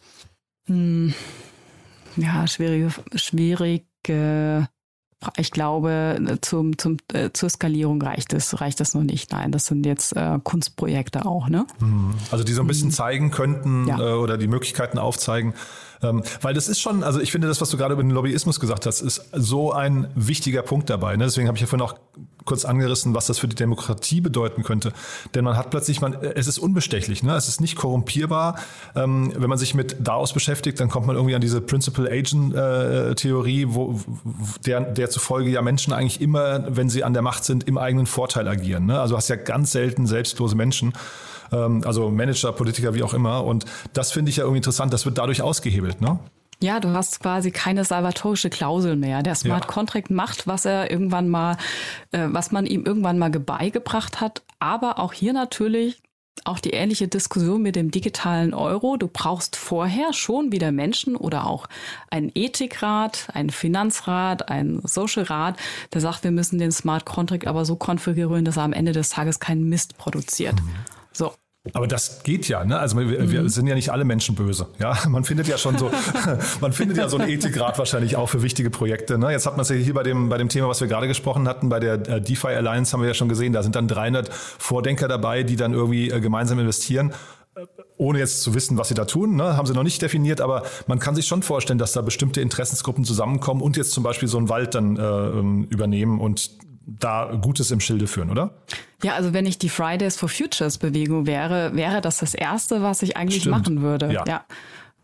Ja, schwierig. Ich glaube, zur Skalierung reicht das noch nicht. Nein, das sind jetzt Kunstprojekte auch, ne? Also die so ein bisschen zeigen könnten oder die Möglichkeiten aufzeigen. Weil das ist schon, also ich finde das, was du gerade über den Lobbyismus gesagt hast, ist so ein wichtiger Punkt dabei. Ne? Deswegen habe ich ja vorhin auch kurz angerissen, was das für die Demokratie bedeuten könnte. Denn man hat plötzlich, es ist unbestechlich, ne? Es ist nicht korrumpierbar. Wenn man sich mit DAOs beschäftigt, dann kommt man irgendwie an diese Principal-Agent-Theorie, der zufolge ja Menschen eigentlich immer, wenn sie an der Macht sind, im eigenen Vorteil agieren. Ne? Also du hast ja ganz selten selbstlose Menschen. Also Manager, Politiker, wie auch immer. Und das finde ich ja irgendwie interessant. Das wird dadurch ausgehebelt, ne? Ja, du hast quasi keine salvatorische Klausel mehr. Der Smart Contract macht, was man ihm irgendwann mal beigebracht hat. Aber auch hier natürlich auch die ähnliche Diskussion mit dem digitalen Euro. Du brauchst vorher schon wieder Menschen oder auch einen Ethikrat, einen Finanzrat, einen Socialrat, der sagt, wir müssen den Smart Contract aber so konfigurieren, dass er am Ende des Tages keinen Mist produziert. So. Aber das geht ja, ne? Also wir sind ja nicht alle Menschen böse. Ja, man findet ja schon so, so einen Ethikrat wahrscheinlich auch für wichtige Projekte. Ne? Jetzt hat man es ja hier bei dem Thema, was wir gerade gesprochen hatten, bei der DeFi Alliance haben wir ja schon gesehen, da sind dann 300 Vordenker dabei, die dann irgendwie gemeinsam investieren. Ohne jetzt zu wissen, was sie da tun, ne? Haben sie noch nicht definiert, aber man kann sich schon vorstellen, dass da bestimmte Interessensgruppen zusammenkommen und jetzt zum Beispiel so einen Wald dann übernehmen und da Gutes im Schilde führen, oder? Ja, also wenn ich die Fridays for Futures Bewegung wäre das Erste, was ich eigentlich machen würde. Ja.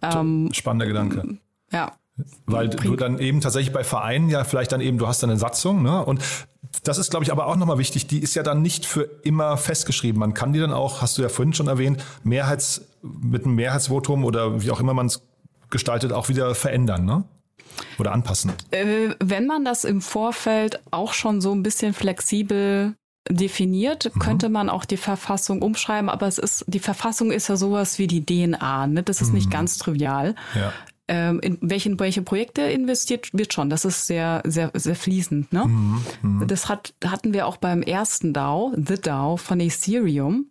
Spannender Gedanke. Ja. Weil du dann eben tatsächlich bei Vereinen ja vielleicht dann eben, du hast dann eine Satzung, ne? Und das ist, glaube ich, aber auch nochmal wichtig, die ist ja dann nicht für immer festgeschrieben. Man kann die dann auch, hast du ja vorhin schon erwähnt, mit einem Mehrheitsvotum oder wie auch immer man es gestaltet, auch wieder verändern, ne? Oder anpassen. Wenn man das im Vorfeld auch schon so ein bisschen flexibel definiert, könnte man auch die Verfassung umschreiben, aber die Verfassung ist ja sowas wie die DNA, ne? Das ist nicht ganz trivial. Ja. In welche Projekte investiert wird schon. Das ist sehr, sehr, sehr fließend. Ne? Das hatten wir auch beim ersten DAO, The DAO von Ethereum,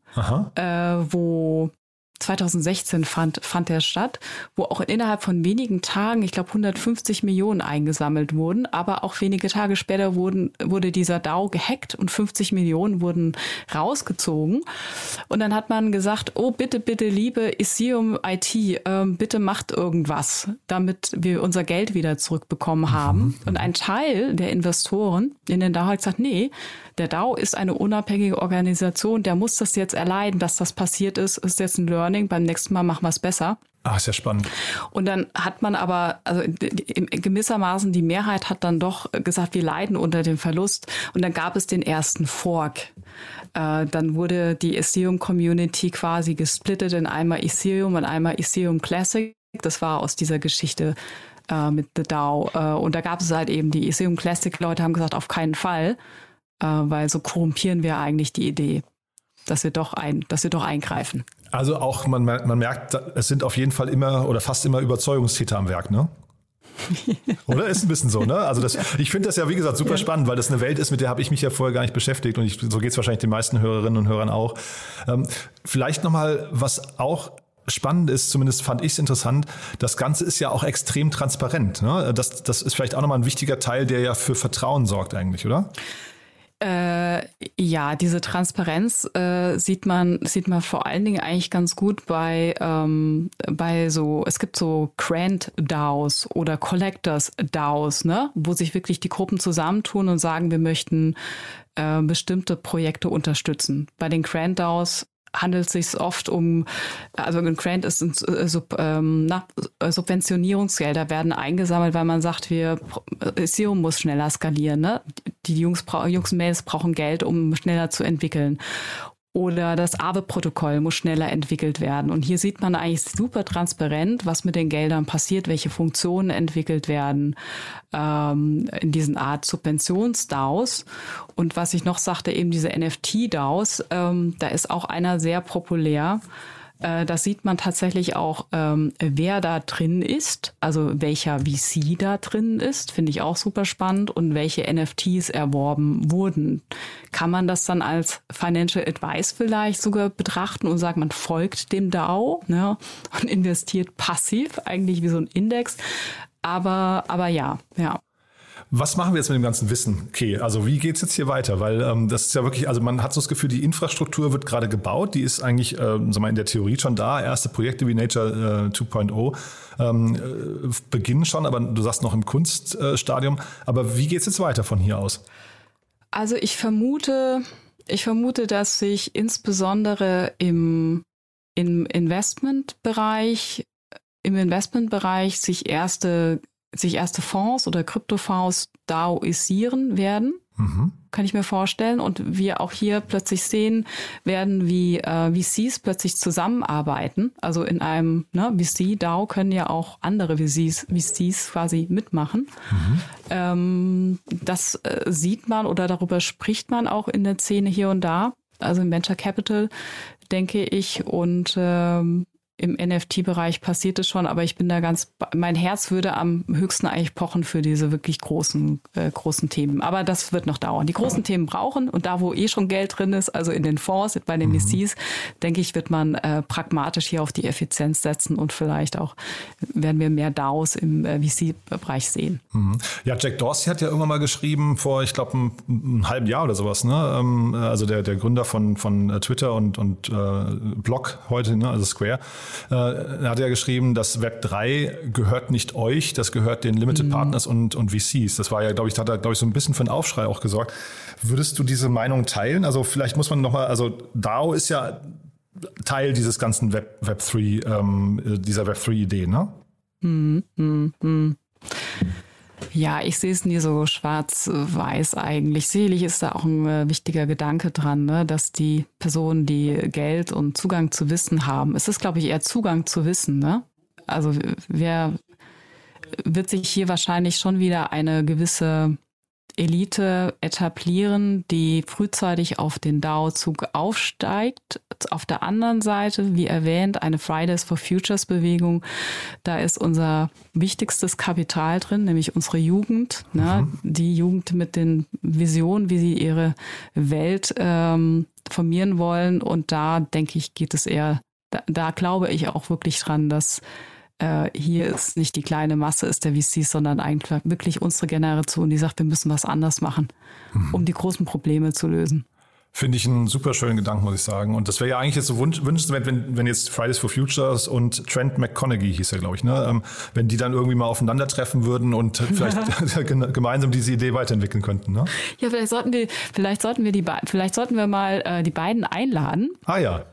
wo 2016 fand der statt, wo auch innerhalb von wenigen Tagen, ich glaube 150 Millionen eingesammelt wurden, aber auch wenige Tage später wurde dieser DAO gehackt und 50 Millionen wurden rausgezogen. Und dann hat man gesagt, oh bitte, bitte, liebe Ethereum IT, bitte macht irgendwas, damit wir unser Geld wieder zurückbekommen haben. Und ein Teil der Investoren in den DAO hat gesagt, nee, der DAO ist eine unabhängige Organisation, der muss das jetzt erleiden, dass das passiert ist jetzt ein Learning, beim nächsten Mal machen wir es besser. Ah, ist ja spannend. Und dann hat man aber, also gewissermaßen die Mehrheit hat dann doch gesagt, wir leiden unter dem Verlust. Und dann gab es den ersten Fork. Dann wurde die Ethereum-Community quasi gesplittet in einmal Ethereum und einmal Ethereum Classic. Das war aus dieser Geschichte mit The DAO. Und da gab es halt eben die Ethereum Classic-Leute haben gesagt, auf keinen Fall. Weil so korrumpieren wir eigentlich die Idee, dass wir doch eingreifen. Also auch, man merkt, es sind auf jeden Fall immer oder fast immer Überzeugungstäter am Werk, ne? Oder? Ist ein bisschen so, ne? Also ich finde das ja, wie gesagt, super spannend, weil das eine Welt ist, mit der habe ich mich ja vorher gar nicht beschäftigt und so geht es wahrscheinlich den meisten Hörerinnen und Hörern auch. Vielleicht nochmal, was auch spannend ist, zumindest fand ich es interessant, das Ganze ist ja auch extrem transparent, ne? Das ist vielleicht auch nochmal ein wichtiger Teil, der ja für Vertrauen sorgt eigentlich, oder? Ja, diese Transparenz sieht man vor allen Dingen eigentlich ganz gut bei es gibt so Grant DAOs oder Collectors DAOs, ne, wo sich wirklich die Gruppen zusammentun und sagen, wir möchten bestimmte Projekte unterstützen. Bei den Grant DAOs handelt es sich oft also ein Grant ist Subventionierungsgelder werden eingesammelt, weil man sagt, Ethereum muss schneller skalieren, ne? Die Jungs Mädels brauchen Geld, um schneller zu entwickeln. Oder das Aave-Protokoll muss schneller entwickelt werden. Und hier sieht man eigentlich super transparent, was mit den Geldern passiert, welche Funktionen entwickelt werden in diesen Art Subventions-DAOs. Und was ich noch sagte, eben diese NFT-DAOs, da ist auch einer sehr populär. Da sieht man tatsächlich auch, wer da drin ist, also welcher VC da drin ist, finde ich auch super spannend, und welche NFTs erworben wurden. Kann man das dann als Financial Advice vielleicht sogar betrachten und sagen, man folgt dem DAO, ne, und investiert passiv, eigentlich wie so ein Index. Aber ja. Was machen wir jetzt mit dem ganzen Wissen? Okay, also wie geht's jetzt hier weiter? Weil das ist ja wirklich, also man hat so das Gefühl, die Infrastruktur wird gerade gebaut, die ist eigentlich in der Theorie schon da. Erste Projekte wie Nature 2.0 beginnen schon, aber du sagst noch im Kunststadium. Aber wie geht's jetzt weiter von hier aus? Also ich vermute, dass sich insbesondere im Investmentbereich sich erste Fonds oder Kryptofonds DAOisieren werden, kann ich mir vorstellen. Und wir auch hier plötzlich sehen werden, wie VCs plötzlich zusammenarbeiten. Also in einem VC-DAO können ja auch andere VCs quasi mitmachen. Das sieht man oder darüber spricht man auch in der Szene hier und da. Also im Venture Capital, denke ich. Und im NFT-Bereich passiert es schon, aber ich bin da mein Herz würde am höchsten eigentlich pochen für diese wirklich großen Themen. Aber das wird noch dauern. Die großen Themen brauchen, und da, wo schon Geld drin ist, also in den Fonds, bei den VCs, denke ich, wird man pragmatisch hier auf die Effizienz setzen, und vielleicht auch werden wir mehr DAOs im VC-Bereich sehen. Ja, Jack Dorsey hat ja irgendwann mal geschrieben, vor, ich glaube, einem halben Jahr oder sowas, ne? Also der Gründer von Twitter und Block heute, ne? Also Square, hat ja geschrieben, das Web 3 gehört nicht euch, das gehört den Limited Partners und VCs. Das war ja, glaube ich, hat da, glaube ich, so ein bisschen für einen Aufschrei auch gesorgt. Würdest du diese Meinung teilen? Also vielleicht muss man nochmal, also DAO ist ja Teil dieses ganzen Web3, dieser Web3-Idee, ne? Ja, ich sehe es nie so schwarz-weiß eigentlich. Sicherlich ist da auch ein wichtiger Gedanke dran, ne? Dass die Personen, die Geld und Zugang zu Wissen haben, es ist, glaube ich, eher Zugang zu Wissen, ne? Also wer wird sich hier wahrscheinlich schon wieder eine gewisse Elite etablieren, die frühzeitig auf den DAO-Zug aufsteigt. Auf der anderen Seite, wie erwähnt, eine Fridays for Futures Bewegung. Da ist unser wichtigstes Kapital drin, nämlich unsere Jugend. Ne? Die Jugend mit den Visionen, wie sie ihre Welt formieren wollen. Und da, denke ich, geht es eher, da glaube ich auch wirklich dran, dass hier ist nicht die kleine Masse ist der VCs, sondern eigentlich wirklich unsere Generation, die sagt, wir müssen was anders machen, um die großen Probleme zu lösen. Finde ich einen super schönen Gedanken, muss ich sagen. Und das wäre ja eigentlich jetzt so wünschenswert, wenn jetzt Fridays for Futures und Trent McConaughey hieß er, glaube ich, ne? Wenn die dann irgendwie mal aufeinandertreffen würden und vielleicht gemeinsam diese Idee weiterentwickeln könnten. Ne? Ja, vielleicht sollten wir mal die beiden einladen. Ah ja.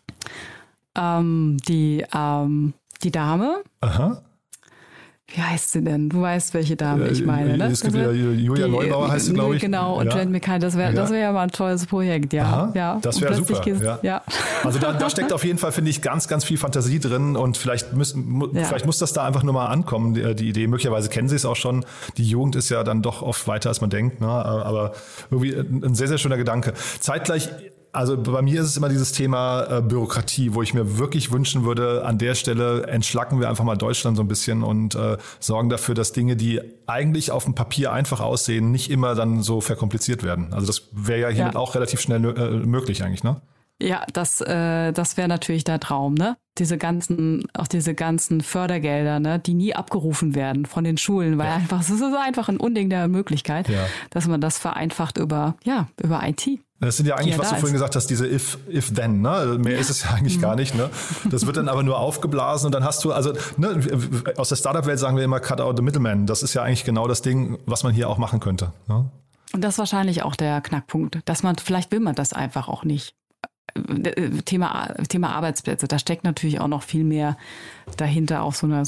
Die Dame. Aha. Wie heißt sie denn? Du weißt, welche Dame ich meine, ne? Es gibt ja Julia Neubauer, heißt sie, glaube ich. Genau, und Trent McConaughey, das wäre ja mal ein tolles Projekt, ja. Aha, ja. Das wäre super. Ja. Also da steckt auf jeden Fall, finde ich, ganz, ganz viel Fantasie drin und vielleicht muss das da einfach nur mal ankommen, die Idee. Möglicherweise kennen sie es auch schon. Die Jugend ist ja dann doch oft weiter, als man denkt, ne? Aber irgendwie ein sehr, sehr schöner Gedanke. Zeitgleich, also bei mir ist es immer dieses Thema Bürokratie, wo ich mir wirklich wünschen würde, an der Stelle entschlacken wir einfach mal Deutschland so ein bisschen und sorgen dafür, dass Dinge, die eigentlich auf dem Papier einfach aussehen, nicht immer dann so verkompliziert werden. Also das wäre ja hiermit auch relativ schnell möglich eigentlich, ne? Ja, das wäre natürlich der Traum, ne? Diese ganzen Fördergelder, ne, die nie abgerufen werden von den Schulen, weil es ist einfach ein Unding der Möglichkeit, dass man das vereinfacht über IT. Das sind ja eigentlich, was du vorhin gesagt hast, diese If-Then, ne? Mehr ist es ja eigentlich gar nicht, ne? Das wird dann aber nur aufgeblasen und dann hast du, also, ne, aus der Startup-Welt sagen wir immer, cut out the middleman. Das ist ja eigentlich genau das Ding, was man hier auch machen könnte, ne? Und das ist wahrscheinlich auch der Knackpunkt, vielleicht will man das einfach auch nicht. Thema Arbeitsplätze, da steckt natürlich auch noch viel mehr dahinter auf so einer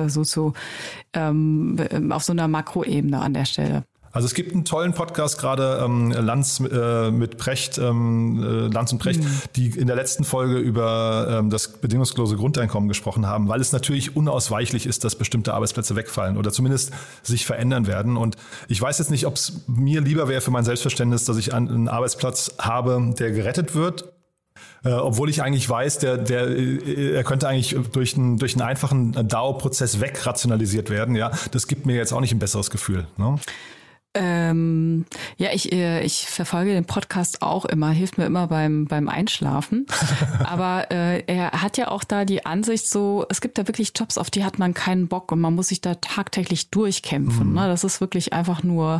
auf so einer Makroebene an der Stelle. Also es gibt einen tollen Podcast gerade, Lanz mit Precht, Lanz und Precht, die in der letzten Folge über das bedingungslose Grundeinkommen gesprochen haben, weil es natürlich unausweichlich ist, dass bestimmte Arbeitsplätze wegfallen oder zumindest sich verändern werden. Und ich weiß jetzt nicht, ob es mir lieber wäre für mein Selbstverständnis, dass ich einen Arbeitsplatz habe, der gerettet wird, obwohl ich eigentlich weiß, er könnte eigentlich durch einen einfachen DAO-Prozess wegrationalisiert werden. Ja, das gibt mir jetzt auch nicht ein besseres Gefühl, ne? Ich verfolge den Podcast auch immer, hilft mir immer beim Einschlafen. Aber er hat ja auch da die Ansicht so, es gibt da wirklich Jobs, auf die hat man keinen Bock und man muss sich da tagtäglich durchkämpfen. Ne? Das ist wirklich einfach nur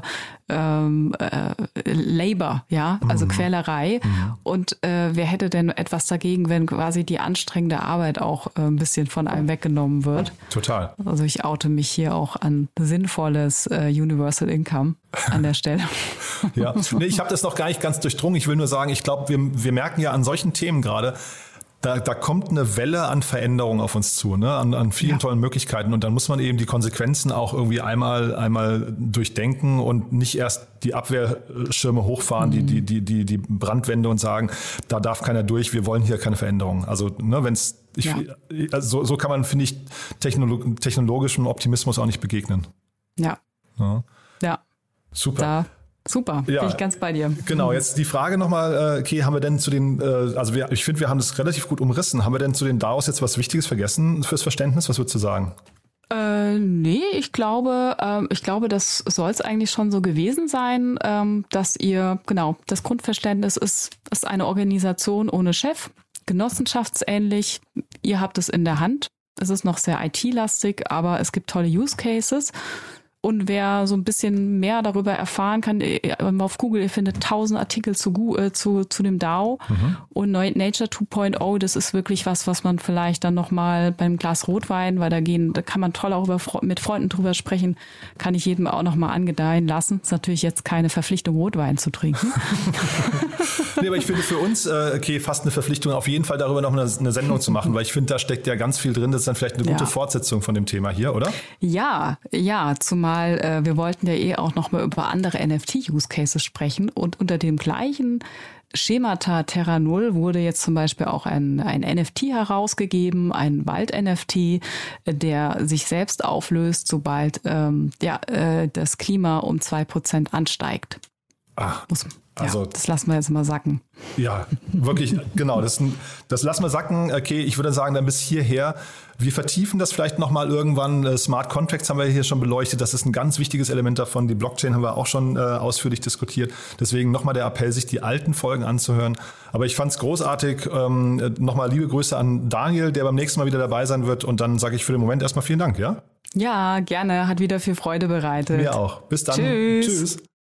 Labor, ja, also Quälerei. Und wer hätte denn etwas dagegen, wenn quasi die anstrengende Arbeit auch ein bisschen von einem weggenommen wird? Total. Also ich oute mich hier auch an sinnvolles Universal Income an der Stelle. Ja, nee, ich habe das noch gar nicht ganz durchdrungen. Ich will nur sagen, ich glaube, wir merken ja an solchen Themen gerade, da kommt eine Welle an Veränderung auf uns zu, ne? An vielen tollen Möglichkeiten. Und dann muss man eben die Konsequenzen auch irgendwie einmal durchdenken und nicht erst die Abwehrschirme hochfahren, die Brandwände und sagen, da darf keiner durch, wir wollen hier keine Veränderung. Also, ne, so kann man, finde ich, technologischem Optimismus auch nicht begegnen. Ja. Super. Super, bin ich ganz bei dir. Genau, jetzt die Frage nochmal, okay, haben wir denn zu den, ich finde, wir haben das relativ gut umrissen. Haben wir denn zu den DAOs jetzt was Wichtiges vergessen fürs Verständnis? Was würdest du sagen? Nee, ich glaube, das soll es eigentlich schon so gewesen sein, dass das Grundverständnis ist eine Organisation ohne Chef, genossenschaftsähnlich. Ihr habt es in der Hand. Es ist noch sehr IT-lastig, aber es gibt tolle Use Cases. Und wer so ein bisschen mehr darüber erfahren kann, auf Google, ihr findet 1000 Artikel zu dem DAO. Und Nature 2.0, das ist wirklich was man vielleicht dann nochmal beim Glas Rotwein, weil da kann man toll auch mit Freunden drüber sprechen, kann ich jedem auch nochmal angedeihen lassen. Ist natürlich jetzt keine Verpflichtung, Rotwein zu trinken. Nee, aber ich finde für uns, fast eine Verpflichtung, auf jeden Fall darüber noch eine Sendung zu machen, weil ich finde, da steckt ja ganz viel drin. Das ist dann vielleicht eine gute Fortsetzung von dem Thema hier, oder? Ja, zumal wir wollten ja auch noch mal über andere NFT-Use-Cases sprechen und unter dem gleichen Schemata Terra Null wurde jetzt zum Beispiel auch ein NFT herausgegeben, ein Wald-NFT, der sich selbst auflöst, sobald das Klima um 2% ansteigt. Das lassen wir jetzt mal sacken. Ja, wirklich, genau. Das lassen wir sacken. Okay, ich würde sagen, dann bis hierher. Wir vertiefen das vielleicht nochmal irgendwann. Smart Contracts haben wir hier schon beleuchtet. Das ist ein ganz wichtiges Element davon. Die Blockchain haben wir auch schon ausführlich diskutiert. Deswegen nochmal der Appell, sich die alten Folgen anzuhören. Aber ich fand es großartig. Nochmal liebe Grüße an Daniel, der beim nächsten Mal wieder dabei sein wird. Und dann sage ich für den Moment erstmal vielen Dank, ja? Ja, gerne. Hat wieder viel Freude bereitet. Mir auch. Bis dann. Tschüss.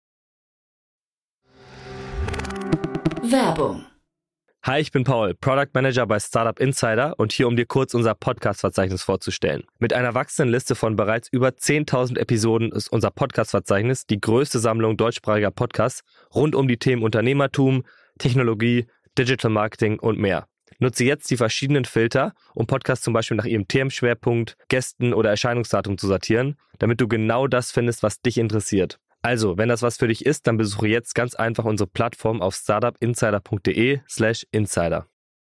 Werbung. Hi, ich bin Paul, Product Manager bei Startup Insider und hier, um dir kurz unser Podcast-Verzeichnis vorzustellen. Mit einer wachsenden Liste von bereits über 10.000 Episoden ist unser Podcast-Verzeichnis die größte Sammlung deutschsprachiger Podcasts rund um die Themen Unternehmertum, Technologie, Digital Marketing und mehr. Nutze jetzt die verschiedenen Filter, um Podcasts zum Beispiel nach ihrem Themenschwerpunkt, Gästen oder Erscheinungsdatum zu sortieren, damit du genau das findest, was dich interessiert. Also, wenn das was für dich ist, dann besuche jetzt ganz einfach unsere Plattform auf startupinsider.de/insider.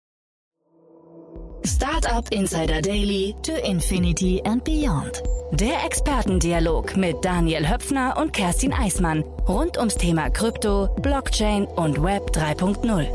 Startup Insider Daily to Infinity and Beyond. Der Expertendialog mit Daniel Höpfner und Kerstin Eismann rund ums Thema Krypto, Blockchain und Web 3.0.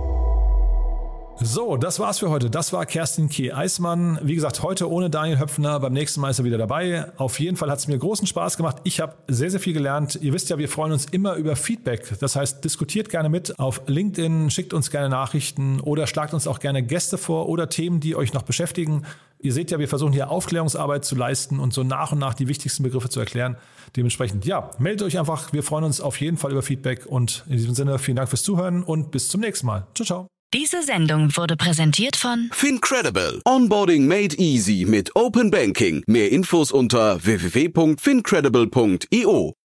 So, das war's für heute. Das war Kerstin K. Eismann. Wie gesagt, heute ohne Daniel Höpfner. Beim nächsten Mal ist er wieder dabei. Auf jeden Fall hat es mir großen Spaß gemacht. Ich habe sehr, sehr viel gelernt. Ihr wisst ja, wir freuen uns immer über Feedback. Das heißt, diskutiert gerne mit auf LinkedIn, schickt uns gerne Nachrichten oder schlagt uns auch gerne Gäste vor oder Themen, die euch noch beschäftigen. Ihr seht ja, wir versuchen hier Aufklärungsarbeit zu leisten und so nach und nach die wichtigsten Begriffe zu erklären. Dementsprechend, meldet euch einfach. Wir freuen uns auf jeden Fall über Feedback und in diesem Sinne vielen Dank fürs Zuhören und bis zum nächsten Mal. Ciao, ciao. Diese Sendung wurde präsentiert von FinCredible. Onboarding made easy mit Open Banking. Mehr Infos unter www.fincredible.io.